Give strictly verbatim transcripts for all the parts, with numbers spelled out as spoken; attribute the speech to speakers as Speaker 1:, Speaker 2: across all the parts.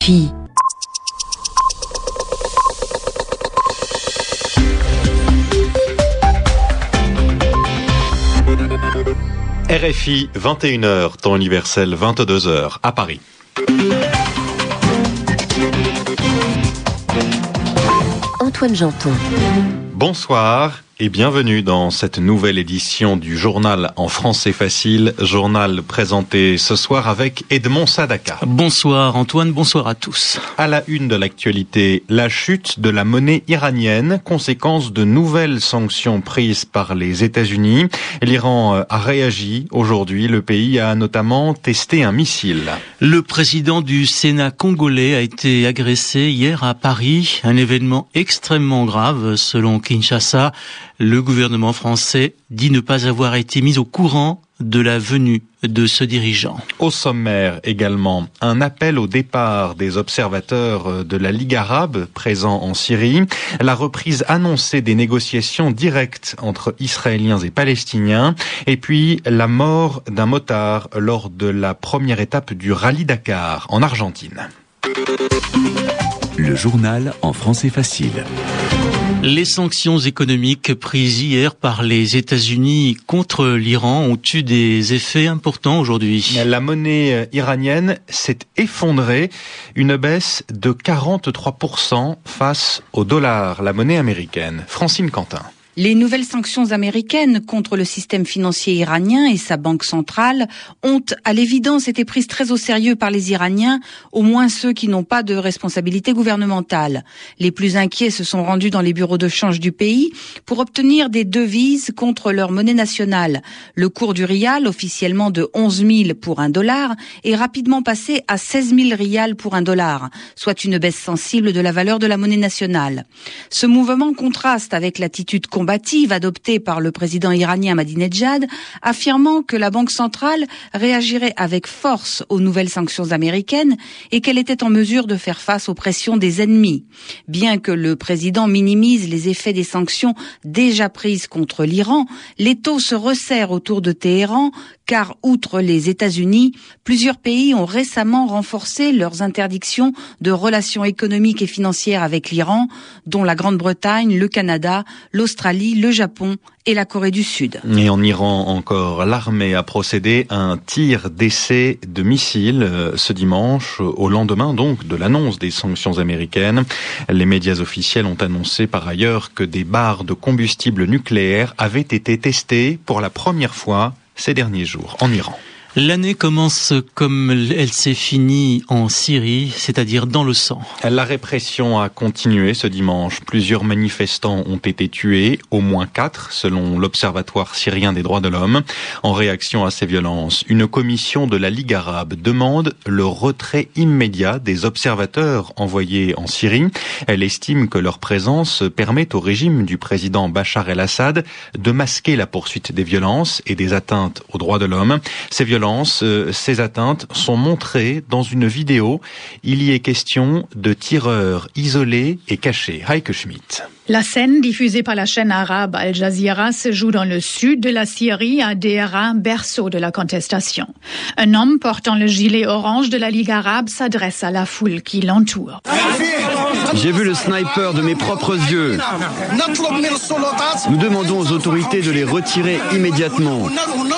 Speaker 1: F I.
Speaker 2: R F I, vingt et une heures, temps universel, vingt-deux heures, à Paris.
Speaker 1: Antoine Janton.
Speaker 2: Bonsoir et bienvenue dans cette nouvelle édition du journal en français facile, journal présenté ce soir avec Edmond Sadaka.
Speaker 3: Bonsoir Antoine, bonsoir à tous.
Speaker 2: À la une de l'actualité, la chute de la monnaie iranienne, conséquence de nouvelles sanctions prises par les États-Unis. L'Iran a réagi aujourd'hui, le pays a notamment testé un missile.
Speaker 3: Le président du Sénat congolais a été agressé hier à Paris, un événement extrêmement grave selon Kinshasa. Le gouvernement français dit ne pas avoir été mis au courant de la venue de ce dirigeant.
Speaker 2: Au sommaire également, un appel au départ des observateurs de la Ligue arabe présents en Syrie, la reprise annoncée des négociations directes entre Israéliens et Palestiniens, et puis la mort d'un motard lors de la première étape du Rallye Dakar en Argentine.
Speaker 4: Le journal en français facile.
Speaker 3: Les sanctions économiques prises hier par les États-Unis contre l'Iran ont eu des effets importants aujourd'hui.
Speaker 2: La monnaie iranienne s'est effondrée, une baisse de quarante-trois pour cent face au dollar, la monnaie américaine. Francine Quentin.
Speaker 5: Les nouvelles sanctions américaines contre le système financier iranien et sa banque centrale ont, à l'évidence, été prises très au sérieux par les Iraniens, au moins ceux qui n'ont pas de responsabilité gouvernementale. Les plus inquiets se sont rendus dans les bureaux de change du pays pour obtenir des devises contre leur monnaie nationale. Le cours du rial, officiellement de onze mille pour un dollar, est rapidement passé à seize mille rials pour un dollar, soit une baisse sensible de la valeur de la monnaie nationale. Ce mouvement contraste avec l'attitude combative adoptée par le président iranien Ahmadinejad, affirmant que la Banque centrale réagirait avec force aux nouvelles sanctions américaines et qu'elle était en mesure de faire face aux pressions des ennemis. Bien que le président minimise les effets des sanctions déjà prises contre l'Iran, l'étau se resserre autour de Téhéran, car outre les États-Unis, plusieurs pays ont récemment renforcé leurs interdictions de relations économiques et financières avec l'Iran, dont la Grande-Bretagne, le Canada, l'Australie, le Japon et la Corée du Sud.
Speaker 2: Et en Iran encore, l'armée a procédé à un tir d'essai de missiles ce dimanche, au lendemain donc de l'annonce des sanctions américaines. Les médias officiels ont annoncé par ailleurs que des barres de combustible nucléaire avaient été testées pour la première fois ces derniers jours en Iran.
Speaker 3: L'année commence comme elle s'est finie en Syrie, c'est-à-dire dans le sang.
Speaker 2: La répression a continué ce dimanche. Plusieurs manifestants ont été tués, au moins quatre, selon l'Observatoire syrien des droits de l'homme. En réaction à ces violences, une commission de la Ligue arabe demande le retrait immédiat des observateurs envoyés en Syrie. Elle estime que leur présence permet au régime du président Bachar el-Assad de masquer la poursuite des violences et des atteintes aux droits de l'homme. Ces violences Ces atteintes sont montrées dans une vidéo. Il y est question de tireurs isolés et cachés. Heike Schmidt.
Speaker 6: La scène diffusée par la chaîne arabe Al Jazeera se joue dans le sud de la Syrie, à Deraa, berceau de la contestation. Un homme portant le gilet orange de la Ligue arabe s'adresse à la foule qui l'entoure.
Speaker 7: J'ai vu le sniper de mes propres yeux. Nous demandons aux autorités de les retirer immédiatement.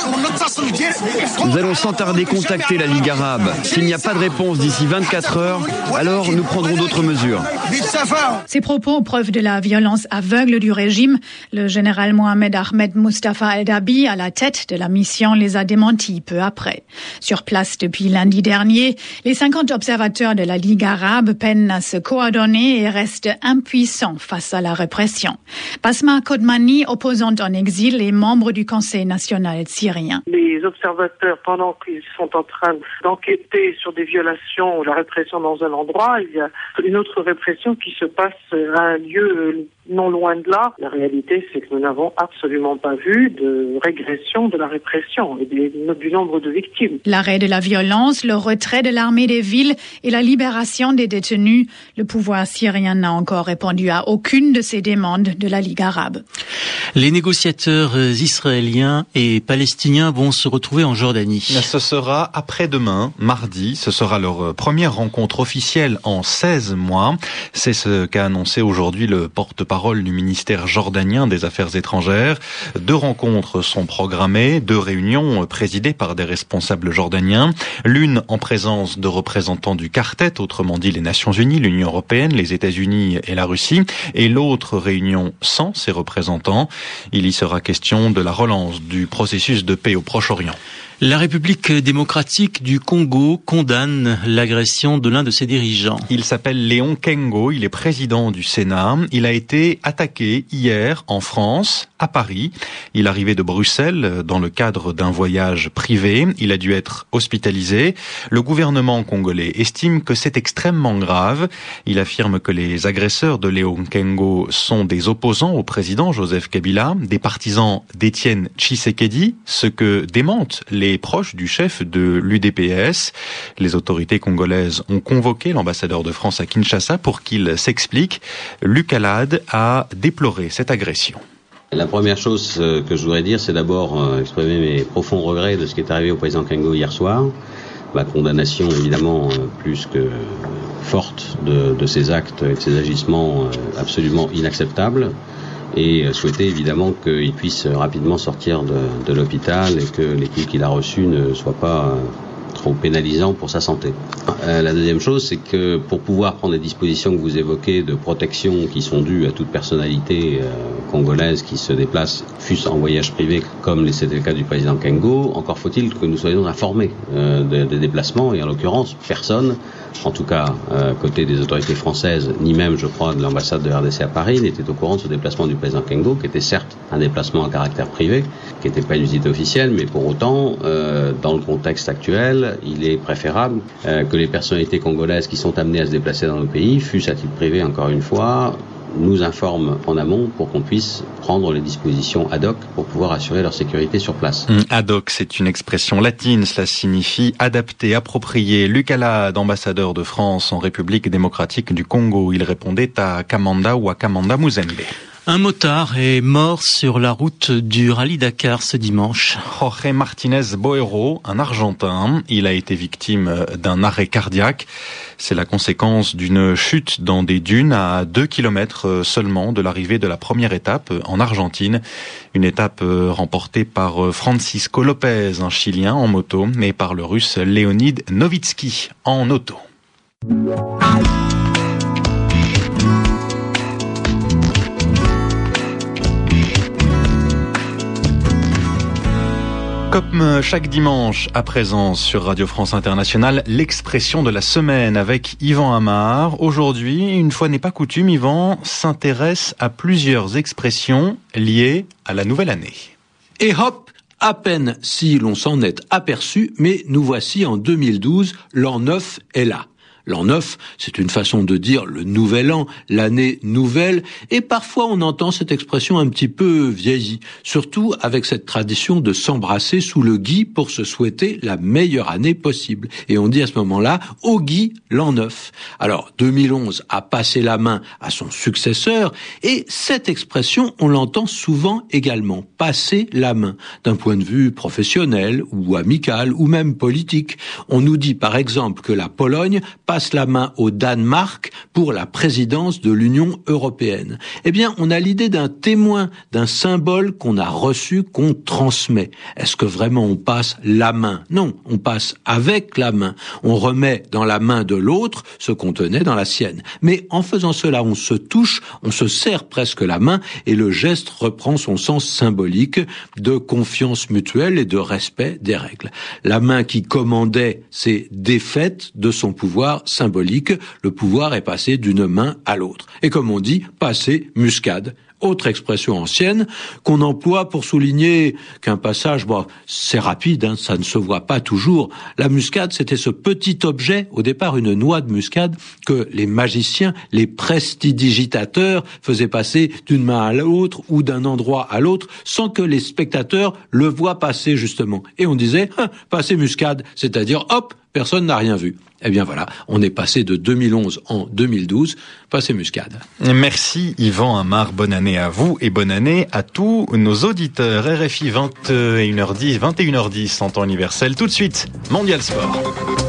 Speaker 7: Nous allons sans tarder contacter la Ligue arabe. S'il n'y a pas de réponse d'ici vingt-quatre heures, alors nous prendrons d'autres mesures.
Speaker 6: Ces propos preuve de la violence aveugle du régime. Le général Mohamed Ahmed Mustafa Al-Dabi, à la tête de la mission, les a démentis peu après. Sur place depuis lundi dernier, les cinquante observateurs de la Ligue arabe peinent à se coordonner et restent impuissants face à la répression. Basma Kodmani, opposante en exil et membre du Conseil national syrien.
Speaker 8: Les observateurs, pendant qu'ils sont en train d'enquêter sur des violations ou la répression dans un endroit, il y a une autre répression qui se passe à un lieu non loin de là. La réalité, c'est que nous n'avons absolument pas vu de régression de la répression et des, du nombre de victimes.
Speaker 6: L'arrêt de la violence, le retrait de l'armée des villes et la libération des détenus, le pouvoir syrien n'a encore répondu à aucune de ces demandes de la Ligue arabe.
Speaker 3: Les négociateurs israéliens et palestiniens vont se retrouver en Jordanie.
Speaker 2: Ce sera après-demain, mardi. Ce sera leur première rencontre officielle en seize mois. C'est ce qu'a annoncé aujourd'hui le porte-parole du ministère jordanien des Affaires étrangères. Deux rencontres sont programmées, deux réunions présidées par des responsables jordaniens. L'une en présence de représentants du quartet, autrement dit les Nations Unies, l'Union européenne, les États-Unis et la Russie. Et l'autre réunion sans ces représentants. Il y sera question de la relance du processus de paix au Proche-Orient.
Speaker 3: La République démocratique du Congo condamne l'agression de l'un de ses dirigeants.
Speaker 2: Il s'appelle Léon Kengo, il est président du Sénat. Il a été attaqué hier en France, à Paris. Il arrivait de Bruxelles dans le cadre d'un voyage privé. Il a dû être hospitalisé. Le gouvernement congolais estime que c'est extrêmement grave. Il affirme que les agresseurs de Léon Kengo sont des opposants au président Joseph Kabila, des partisans d'Étienne Tshisekedi, ce que démentent les proches du chef de l'U D P S. Les autorités congolaises ont convoqué l'ambassadeur de France à Kinshasa pour qu'il s'explique. Luc Alade a déploré cette agression.
Speaker 9: La première chose que je voudrais dire, c'est d'abord exprimer mes profonds regrets de ce qui est arrivé au président Kengo hier soir. Ma condamnation, évidemment, plus que forte de, de ces actes et de ces agissements absolument inacceptables. Et souhaiter évidemment qu'il puisse rapidement sortir de, de l'hôpital et que les coups qu'il a reçus ne soient pas trop pénalisants pour sa santé. Euh, la deuxième chose, c'est que pour pouvoir prendre les dispositions que vous évoquez de protection qui sont dues à toute personnalité euh, congolaise qui se déplace, fût-ce en voyage privé, comme c'était le cas du président Kengo, encore faut-il que nous soyons informés euh, des, des déplacements, et en l'occurrence, personne, en tout cas euh, côté des autorités françaises, ni même, je crois, de l'ambassade de R D C à Paris, n'était au courant de ce déplacement du président Kengo, qui était certes un déplacement à caractère privé, qui n'était pas une visite officielle, mais pour autant, euh, dans le contexte actuel, il est préférable euh, que les personnalités congolaises qui sont amenées à se déplacer dans nos pays, fût-ce à titre privé encore une fois, nous informent en amont pour qu'on puisse prendre les dispositions ad hoc pour pouvoir assurer leur sécurité sur place.
Speaker 2: Mmh, ad hoc, c'est une expression latine, cela signifie adapté, approprié. Luc Alade, ambassadeur de France en République démocratique du Congo, il répondait à Kamanda ou à Kamanda Muzembe.
Speaker 3: Un motard est mort sur la route du Rallye Dakar ce dimanche.
Speaker 2: Jorge Martinez Boero, un Argentin, il a été victime d'un arrêt cardiaque. C'est la conséquence d'une chute dans des dunes à deux kilomètres seulement de l'arrivée de la première étape en Argentine. Une étape remportée par Francisco Lopez, un Chilien en moto, et par le Russe Leonid Novitsky en auto. Comme chaque dimanche à présent sur Radio France Internationale, l'expression de la semaine avec Yvan Amar. Aujourd'hui, une fois n'est pas coutume, Yvan s'intéresse à plusieurs expressions liées à la nouvelle année.
Speaker 10: Et hop, à peine si l'on s'en est aperçu, mais nous voici en deux mille douze, l'an neuf est là. L'an neuf, c'est une façon de dire le nouvel an, l'année nouvelle, et parfois on entend cette expression un petit peu vieillie, surtout avec cette tradition de s'embrasser sous le gui pour se souhaiter la meilleure année possible. Et on dit à ce moment-là, au gui, l'an neuf. Alors, deux mille onze a passé la main à son successeur, et cette expression, on l'entend souvent également, passer la main, d'un point de vue professionnel, ou amical, ou même politique. On nous dit par exemple que la Pologne passe la main au Danemark pour la présidence de l'Union européenne. Eh bien, on a l'idée d'un témoin, d'un symbole qu'on a reçu, qu'on transmet. Est-ce que vraiment on passe la main? Non, on passe avec la main. On remet dans la main de l'autre ce qu'on tenait dans la sienne. Mais en faisant cela, on se touche, on se serre presque la main et le geste reprend son sens symbolique de confiance mutuelle et de respect des règles. La main qui commandait s'est défaite de son pouvoir symbolique, le pouvoir est passé d'une main à l'autre. Et comme on dit, passer muscade. Autre expression ancienne qu'on emploie pour souligner qu'un passage, bon, c'est rapide, hein, ça ne se voit pas toujours. La muscade, c'était ce petit objet, au départ une noix de muscade, que les magiciens, les prestidigitateurs faisaient passer d'une main à l'autre ou d'un endroit à l'autre sans que les spectateurs le voient passer justement. Et on disait, hein, passer muscade, c'est-à-dire hop, personne n'a rien vu. Eh bien voilà, on est passé de deux mille onze en deux mille douze, passé Muscade.
Speaker 2: Merci Yvan Amar, bonne année à vous et bonne année à tous nos auditeurs. R F I vingt et une heures dix, vingt et une heures dix en temps universel. Tout de suite, Mondial Sport.